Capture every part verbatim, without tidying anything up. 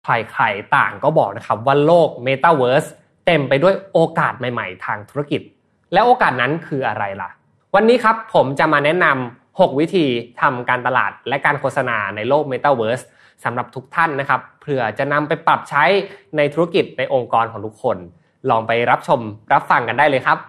ใครๆต่างก็บอกนะครับว่าโลก Metaverse เต็มไปด้วยโอกาสใหม่ๆทางธุรกิจและโอกาสนั้นคืออะไรล่ะวันนี้ครับผมจะมาแนะนำหกวิธีทำการตลาดและการโฆษณาในโลก Metaverse สำหรับทุกท่านนะครับเพื่อจะนำไปปรับใช้ในธุรกิจในองค์กรของทุกคนลองไปรับชมรับฟังกันได้เลยครับ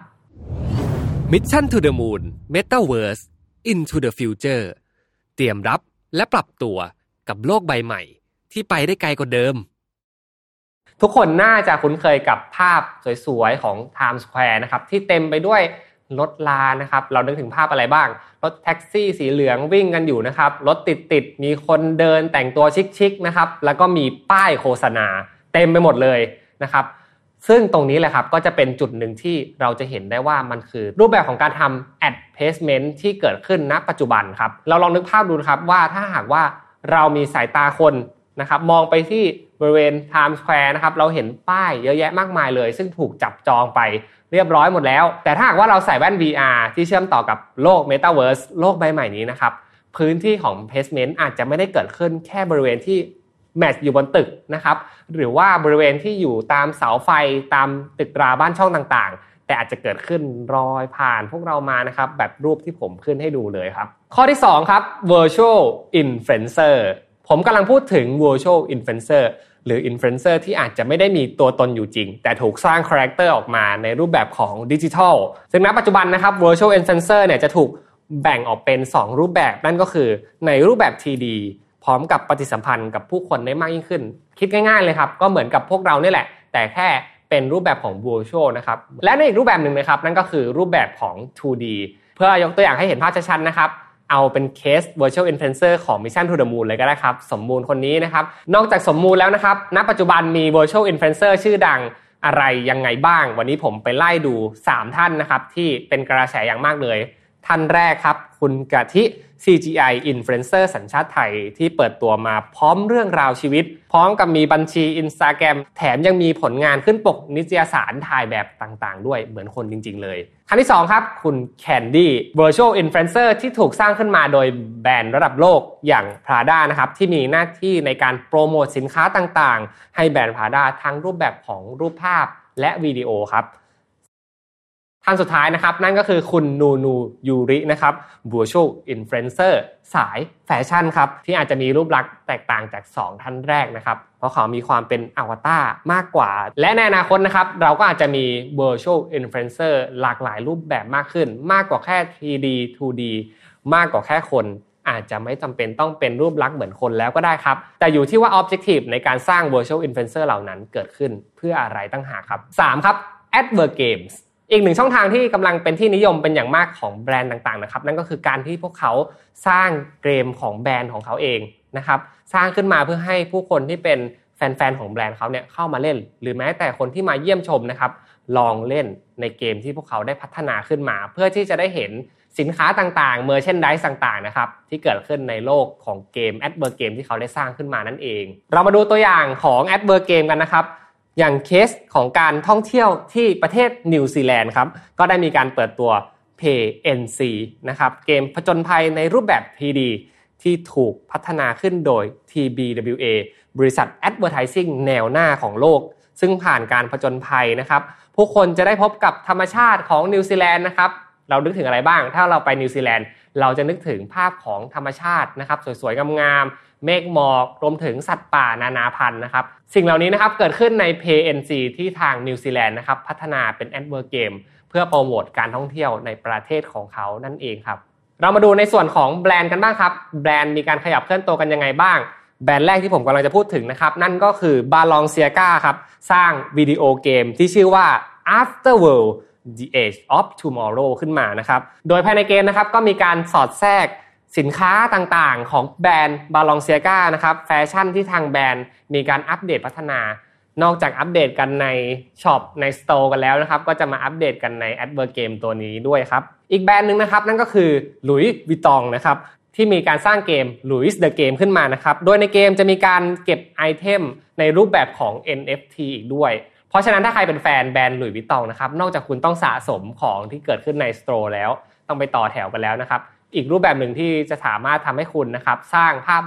Mission to the Moon Metaverse Into the Future เตรียมรับและปรับตัวกับโลกใบใหม่ที่ไปได้ไกลกว่าเดิมทุกคนน่าจะคุ้นเคยกับภาพสวยๆของ Times Square นะครับที่เต็มไปด้วยรถลานะครับเรานึกถึงภาพอะไรบ้างรถแท็กซี่สีเหลืองวิ่งกันอยู่นะครับรถติดๆมีคนเดินแต่งตัวชิคๆนะครับแล้วก็มีป้ายโฆษณาเต็มไปหมดเลยนะครับซึ่งตรงนี้แหละครับก็จะเป็นจุดหนึ่งที่เราจะเห็นได้ว่ามันคือรูปแบบของการทำ ad placement ที่เกิดขึ้นณปัจจุบันครับเราลองนึกภาพดูนะครับว่าถ้าหากว่าเรามีสายตาคนนะครับมองไปที่บริเวณ Times Square นะครับเราเห็นป้ายเยอะแยะมากมายเลยซึ่งถูกจับจองไปเรียบร้อยหมดแล้วแต่ถ้าหากว่าเราใส่แว่น วี อาร์ ที่เชื่อมต่อกับโลก Metaverse โลกใบใหม่นี้นะครับพื้นที่ของ placement อาจจะไม่ได้เกิดขึ้นแค่บริเวณที่แมทอยู่บนตึกนะครับหรือว่าบริเวณที่อยู่ตามเสาไฟตามตึกราบ้านช่องต่างๆแต่อาจจะเกิดขึ้นรอยผ่านพวกเรามานะครับแบบรูปที่ผมขึ้นให้ดูเลยครับข้อที่สองครับ virtual influencer ผมกำลังพูดถึง virtual influencer หรือ influencer ที่อาจจะไม่ได้มีตัวตนอยู่จริงแต่ถูกสร้างคาแรคเตอร์ออกมาในรูปแบบของดิจิทัลซึ่งณปัจจุบันนะครับ virtual influencer เนี่ยจะถูกแบ่งออกเป็นสองรูปแบบนั่นก็คือในรูปแบบ ที ดี พร้อมกับปฏิสัมพันธ์กับผู้คนได้มากยิ่งขึ้นคิดง่ายๆเลยครับก็เหมือนกับพวกเรานี่แหละแต่แค่เป็นรูปแบบของ virtual นะครับและในอีกรูปแบบหนึ่งนะครับนั่นก็คือรูปแบบของ ทู ดี เพื่อยกตัวอย่างให้เห็นภาพชัดๆนะครับเอาเป็นเคส virtual influencer ของ Mission to the Moon เลยก็ได้ครับสมมูลคนนี้นะครับนอกจากสมมูลแล้วนะครับณปัจจุบันมี virtual influencer ชื่อดังอะไรยังไงบ้างวันนี้ผมไปไล่ดูสามท่านนะครับที่เป็นกระแสอย่างมากเลยท่านแรกครับคุณกะทิ ซี จี ไอ Influencer สัญชาติไทยที่เปิดตัวมาพร้อมเรื่องราวชีวิตพร้อมกับมีบัญชี Instagram แถมยังมีผลงานขึ้นปกนิตยสารถ่ายแบบต่างๆด้วยเหมือนคนจริงๆเลยท่านที่สองครับคุณแคนดี้ Virtual Influencer ที่ถูกสร้างขึ้นมาโดยแบรนด์ระดับโลกอย่าง Prada นะครับที่มีหน้าที่ในการโปรโมทสินค้าต่างๆให้แบรนด์ Prada ทั้งรูปแบบของรูปภาพและวิดีโอครับท่านสุดท้ายนะครับนั่นก็คือคุณนูนูยูรินะครับ Virtual Influencer สายแฟชั่นครับที่อาจจะมีรูปลักษณ์แตกต่างจากสองท่านแรกนะครับเพราะเขามีความเป็นอวตารมากกว่าและในอนาคตนะครับเราก็อาจจะมี Virtual Influencer หลากหลายรูปแบบมากขึ้นมากกว่าแค่ ทรี ดี ทู ดี มากกว่าแค่คนอาจจะไม่จำเป็นต้องเป็นรูปลักษณ์เหมือนคนแล้วก็ได้ครับแต่อยู่ที่ว่า Objective ในการสร้าง Virtual Influencer เหล่านั้นเกิดขึ้นเพื่ออะไรตั้งหากครับสามครับ Advert Gamesอีกหนึ่งช่องทางที่กำลังเป็นที่นิยมเป็นอย่างมากของแบรนด์ต่างๆนะครับนั่นก็คือการที่พวกเขาสร้างเกมของแบรนด์ของเขาเองนะครับสร้างขึ้นมาเพื่อให้ผู้คนที่เป็นแฟนๆของแบรนด์เขาเนี่ยเข้ามาเล่นหรือแม้แต่คนที่มาเยี่ยมชมนะครับลองเล่นในเกมที่พวกเขาได้พัฒนาขึ้นมาเพื่อที่จะได้เห็นสินค้าต่างๆ merchandise ต่างๆนะครับที่เกิดขึ้นในโลกของเกม Advert Game ที่เขาได้สร้างขึ้นมานั่นเองเรามาดูตัวอย่างของ Advert Game กันนะครับอย่างเคสของการท่องเที่ยวที่ประเทศนิวซีแลนด์ครับก็ได้มีการเปิดตัว Pay เอ็น ซี นะครับเกมผจญภัยในรูปแบบ ทรี ดี ที่ถูกพัฒนาขึ้นโดย ที บี ดับเบิลยู เอ บริษัท Advertising แนวหน้าของโลกซึ่งผ่านการผจญภัยนะครับผู้คนจะได้พบกับธรรมชาติของนิวซีแลนด์นะครับเรานึกถึงอะไรบ้างถ้าเราไปนิวซีแลนด์เราจะนึกถึงภาพของธรรมชาตินะครับสวยๆงามๆเมฆหมอกรวมถึงสัตว์ป่านานาพันธุ์นะครับสิ่งเหล่านี้นะครับเกิดขึ้นใน Pay เอ็น ซี ที่ทางนิวซีแลนด์นะครับพัฒนาเป็น Advert Game เพื่อโปรโมทการท่องเที่ยวในประเทศของเขานั่นเองครับเรามาดูในส่วนของแบรนด์กันบ้างครับแบรนด์มีการขยับเคลื่อนตัวกันยังไงบ้างแบรนด์แรกที่ผมกำลังจะพูดถึงนะครับนั่นก็คือ Balenciaga ครับสร้างวิดีโอเกมที่ชื่อว่า Afterworld The Age of Tomorrow ขึ้นมานะครับโดยภายในเกมนะครับก็มีการสอดแทรกสินค้าต่างๆของแบรนด์ Balenciaga นะครับแฟชั่นที่ทางแบรนด์มีการอัปเดตพัฒนานอกจากอัปเดตกันในช็อปในสโตร์กันแล้วนะครับก็จะมาอัปเดตกันใน Advert Game ตัวนี้ด้วยครับอีกแบรนด์นึงนะครับนั่นก็คือ Louis Vuitton นะครับที่มีการสร้างเกม Louis the Game ขึ้นมานะครับโดยในเกมจะมีการเก็บไอเทมในรูปแบบของ เอ็น เอฟ ที อีกด้วยเพราะฉะนั้นถ้าใครเป็นแฟนแบรนด์ Louis Vuitton นะครับนอกจากคุณต้องสะสมของที่เกิดขึ้นในสโตร์แล้วต้องไปต่อแถวกันแล้วนะครับอีกรูปแบบหนึ่งที่จะสามารถทำให้คุณนะครับสร้างภาพลักษณ์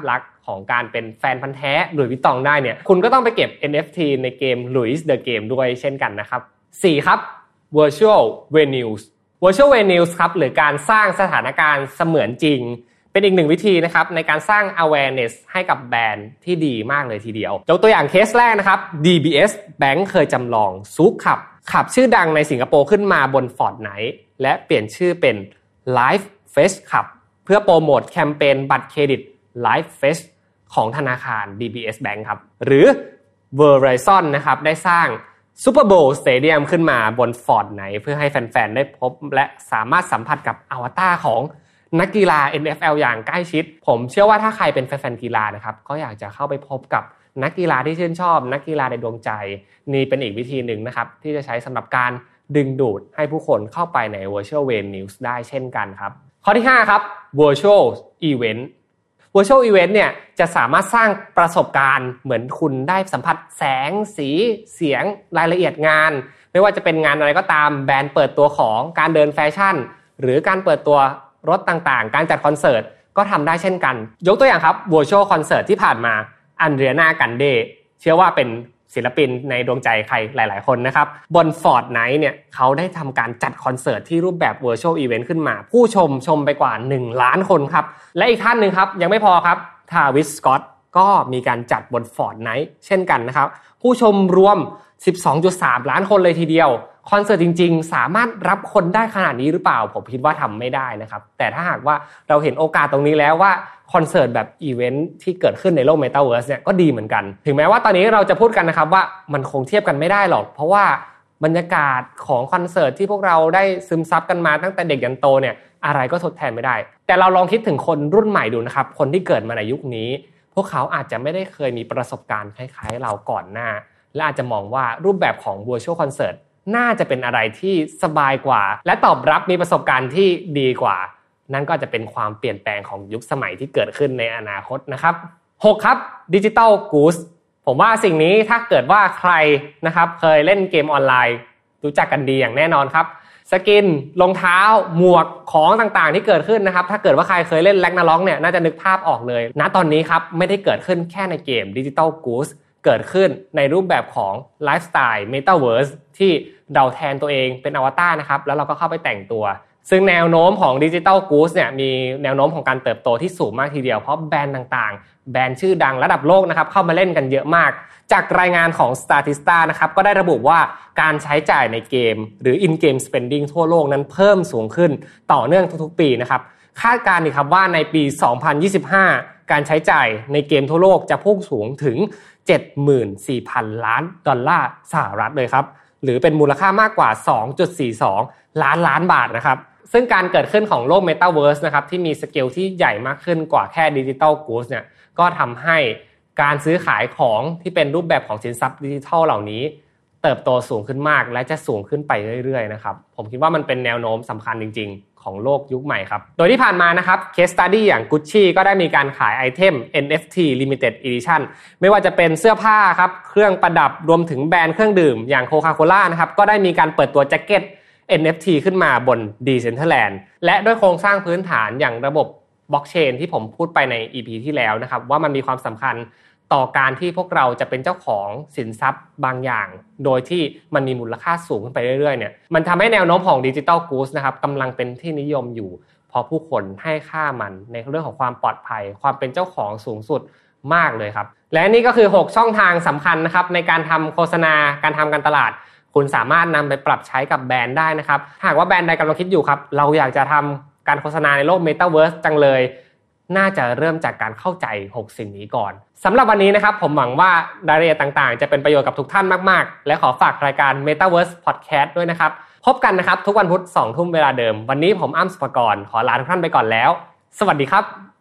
ของการเป็นแฟนพันธุ์แท้หลุยส์วิตตองได้เนี่ยคุณก็ต้องไปเก็บ เอ็น เอฟ ที ในเกม Louis the Game ด้วยเช่นกันนะครับสี่ครับ Virtual Venues Virtual Venues ครับหรือการสร้างสถานการณ์เสมือนจริงเป็นอีกหนึ่งวิธีนะครับในการสร้าง awareness ให้กับแบรนด์ที่ดีมากเลยทีเดียวยกตัวอย่างเคสแรกนะครับ ดี บี เอส Bank เคยจำลองซูขับขับชื่อดังในสิงคโปร์ขึ้นมาบน Fortnite และเปลี่ยนชื่อเป็น Live Fest ขับเพื่อโปรโมทแคมเปญบัตรเครดิต Live Fest ของธนาคาร ดี บี เอส Bank ครับหรือ Verizon นะครับได้สร้าง Super Bowl Stadium ขึ้นมาบน Fortnite เพื่อให้แฟนๆได้พบและสามารถสัมผัสกับอวตารของนักกีฬา เอ็น เอฟ แอล อย่างใกล้ชิดผมเชื่อว่าถ้าใครเป็นแฟนๆกีฬานะครับก็อยากจะเข้าไปพบกับนักกีฬาที่ชื่นชอบนักกีฬาในดวงใจนี่เป็นอีกวิธีหนึ่งนะครับที่จะใช้สำหรับการดึงดูดให้ผู้คนเข้าไปใน Virtual Venues ได้เช่นกันครับข้อที่ห้าครับ Virtual Event Virtual Event เนี่ยจะสามารถสร้างประสบการณ์เหมือนคุณได้สัมผัสแสงสีเสียงรายละเอียดงานไม่ว่าจะเป็นงานอะไรก็ตามแบรนด์เปิดตัวของการเดินแฟชั่นหรือการเปิดตัวรถต่างๆการจัดคอนเสิร์ตก็ทำได้เช่นกันยกตัวอย่างครับ Virtual Concert ที่ผ่านมาอันเดรียนากันเดเชื่อว่าเป็นศิลปินในดวงใจใครหลายๆคนนะครับบน Fortnite เนี่ยเขาได้ทำการจัดคอนเสิร์ตที่รูปแบบ Virtual Event ขึ้นมาผู้ชมชมไปกว่าหนึ่งล้านคนครับและอีกท่านหนึ่งครับยังไม่พอครับทาวิสสก็อตก็มีการจัดบน Fortnite เช่นกันนะครับผู้ชมรวม สิบสองจุดสาม ล้านคนเลยทีเดียวคอนเสิร์ตจริงๆสามารถรับคนได้ขนาดนี้หรือเปล่าผมคิดว่าทำไม่ได้นะครับแต่ถ้าหากว่าเราเห็นโอกาสตรงนี้แล้วว่าคอนเสิร์ตแบบอีเวนท์ที่เกิดขึ้นในโลก Metaverse เนี่ยก็ดีเหมือนกันถึงแม้ว่าตอนนี้เราจะพูดกันนะครับว่ามันคงเทียบกันไม่ได้หรอกเพราะว่าบรรยากาศของคอนเสิร์ตที่พวกเราได้ซึมซับกันมาตั้งแต่เด็กยันโตเนี่ยอะไรก็ทดแทนไม่ได้แต่เราลองคิดถึงคนรุ่นใหม่ดูนะครับคนที่เกิดมาในยุคนี้พวกเขาอาจจะไม่ได้เคยมีประสบการณ์คล้ายๆเราก่อนหน้าและอาจจะมองว่ารูปแบบของ Virtual Concertน่าจะเป็นอะไรที่สบายกว่าและตอบรับมีประสบการณ์ที่ดีกว่านั่นก็จะเป็นความเปลี่ยนแปลงของยุคสมัยที่เกิดขึ้นในอนาคตนะครับหกครับ Digital Goods ผมว่าสิ่งนี้ถ้าเกิดว่าใครนะครับเคยเล่นเกมออนไลน์รู้จักกันดีอย่างแน่นอนครับสกินรองเท้าหมวกของต่างๆที่เกิดขึ้นนะครับถ้าเกิดว่าใครเคยเล่น Ragnarok เนี่ยน่าจะนึกภาพออกเลยณตอนนี้ครับไม่ได้เกิดขึ้นแค่ในเกม Digital Goodsเกิดขึ้นในรูปแบบของไลฟ์สไตล์ Metaverse ที่เราแทนตัวเองเป็นอวตารนะครับแล้วเราก็เข้าไปแต่งตัวซึ่งแนวโน้มของ Digital Goods เนี่ยมีแนวโน้มของการเติบโตที่สูงมากทีเดียวเพราะแบรนด์ต่างๆแบรนด์ชื่อดังระดับโลกนะครับเข้ามาเล่นกันเยอะมากจากรายงานของ Statista นะครับก็ได้ระบุว่าการใช้จ่ายในเกมหรือ in-game spending ทั่วโลกนั้นเพิ่มสูงขึ้นต่อเนื่องทุกๆปีนะครับคาดการณ์อีกครับว่าในปีสองพันยี่สิบห้าการใช้จ่ายในเกมทั่วโลกจะพุ่งสูงถึง เจ็ดหมื่นสี่พัน ล้านดอลลาร์สหรัฐเลยครับหรือเป็นมูลค่ามากกว่า สองจุดสี่สอง ล้านล้านบาทนะครับซึ่งการเกิดขึ้นของโลก Metaverse นะครับที่มีสเกลที่ใหญ่มากขึ้นกว่าแค่ Digital Goods เนี่ยก็ทำให้การซื้อขายของที่เป็นรูปแบบของสินทรัพย์ดิจิทัลเหล่านี้เติบโตสูงขึ้นมากและจะสูงขึ้นไปเรื่อยๆนะครับผมคิดว่ามันเป็นแนวโน้มสำคัญจริงๆของโลกยุคใหม่ครับโดยที่ผ่านมานะครับ Case Study อย่าง Gucci ก็ได้มีการขายไอเทม เอ็น เอฟ ที Limited Edition ไม่ว่าจะเป็นเสื้อผ้าครับเครื่องประดับรวมถึงแบรนด์เครื่องดื่มอย่าง Coca-Cola นะครับก็ได้มีการเปิดตัวแจ็คเก็ต เอ็น เอฟ ที ขึ้นมาบน Decentraland และด้วยโครงสร้างพื้นฐานอย่างระบบบล็อกเชนที่ผมพูดไปใน อี พี ที่แล้วนะครับว่ามันมีความสำคัญต่อการที่พวกเราจะเป็นเจ้าของสินทรัพย์บางอย่างโดยที่มันมีมูลค่าสูงขึ้นไปเรื่อยๆเนี่ยมันทำให้แนวโน้มของ Digital Goods นะครับกำลังเป็นที่นิยมอยู่เพราะผู้คนให้ค่ามันในเรื่องของความปลอดภัยความเป็นเจ้าของสูงสุดมากเลยครับและนี่ก็คือหกช่องทางสำคัญนะครับในการทำโฆษณาการทำการตลาดคุณสามารถนำไปปรับใช้กับแบรนด์ได้นะครับหากว่าแบรนด์ใดกำลังคิดอยู่ครับเราอยากจะทำการโฆษณาในโลก Metaverse จังเลยน่าจะเริ่มจากการเข้าใจหกสิ่งนี้ก่อนสำหรับวันนี้นะครับผมหวังว่ารายละเอียดต่างๆจะเป็นประโยชน์กับทุกท่านมากๆและขอฝากรายการ Metaverse Podcast ด้วยนะครับพบกันนะครับทุกวันพุธ สองทุ่มเวลาเดิมวันนี้ผมอ้ำสุภกรขอลาทุกท่านไปก่อนแล้วสวัสดีครับ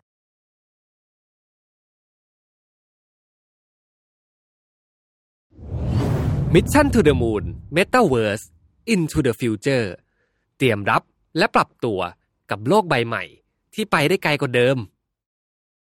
Mission to the Moon Metaverse Into the Future เตรียมรับและปรับตัวกับโลกใบใหม่ที่ไปได้ไกลกว่าเดิม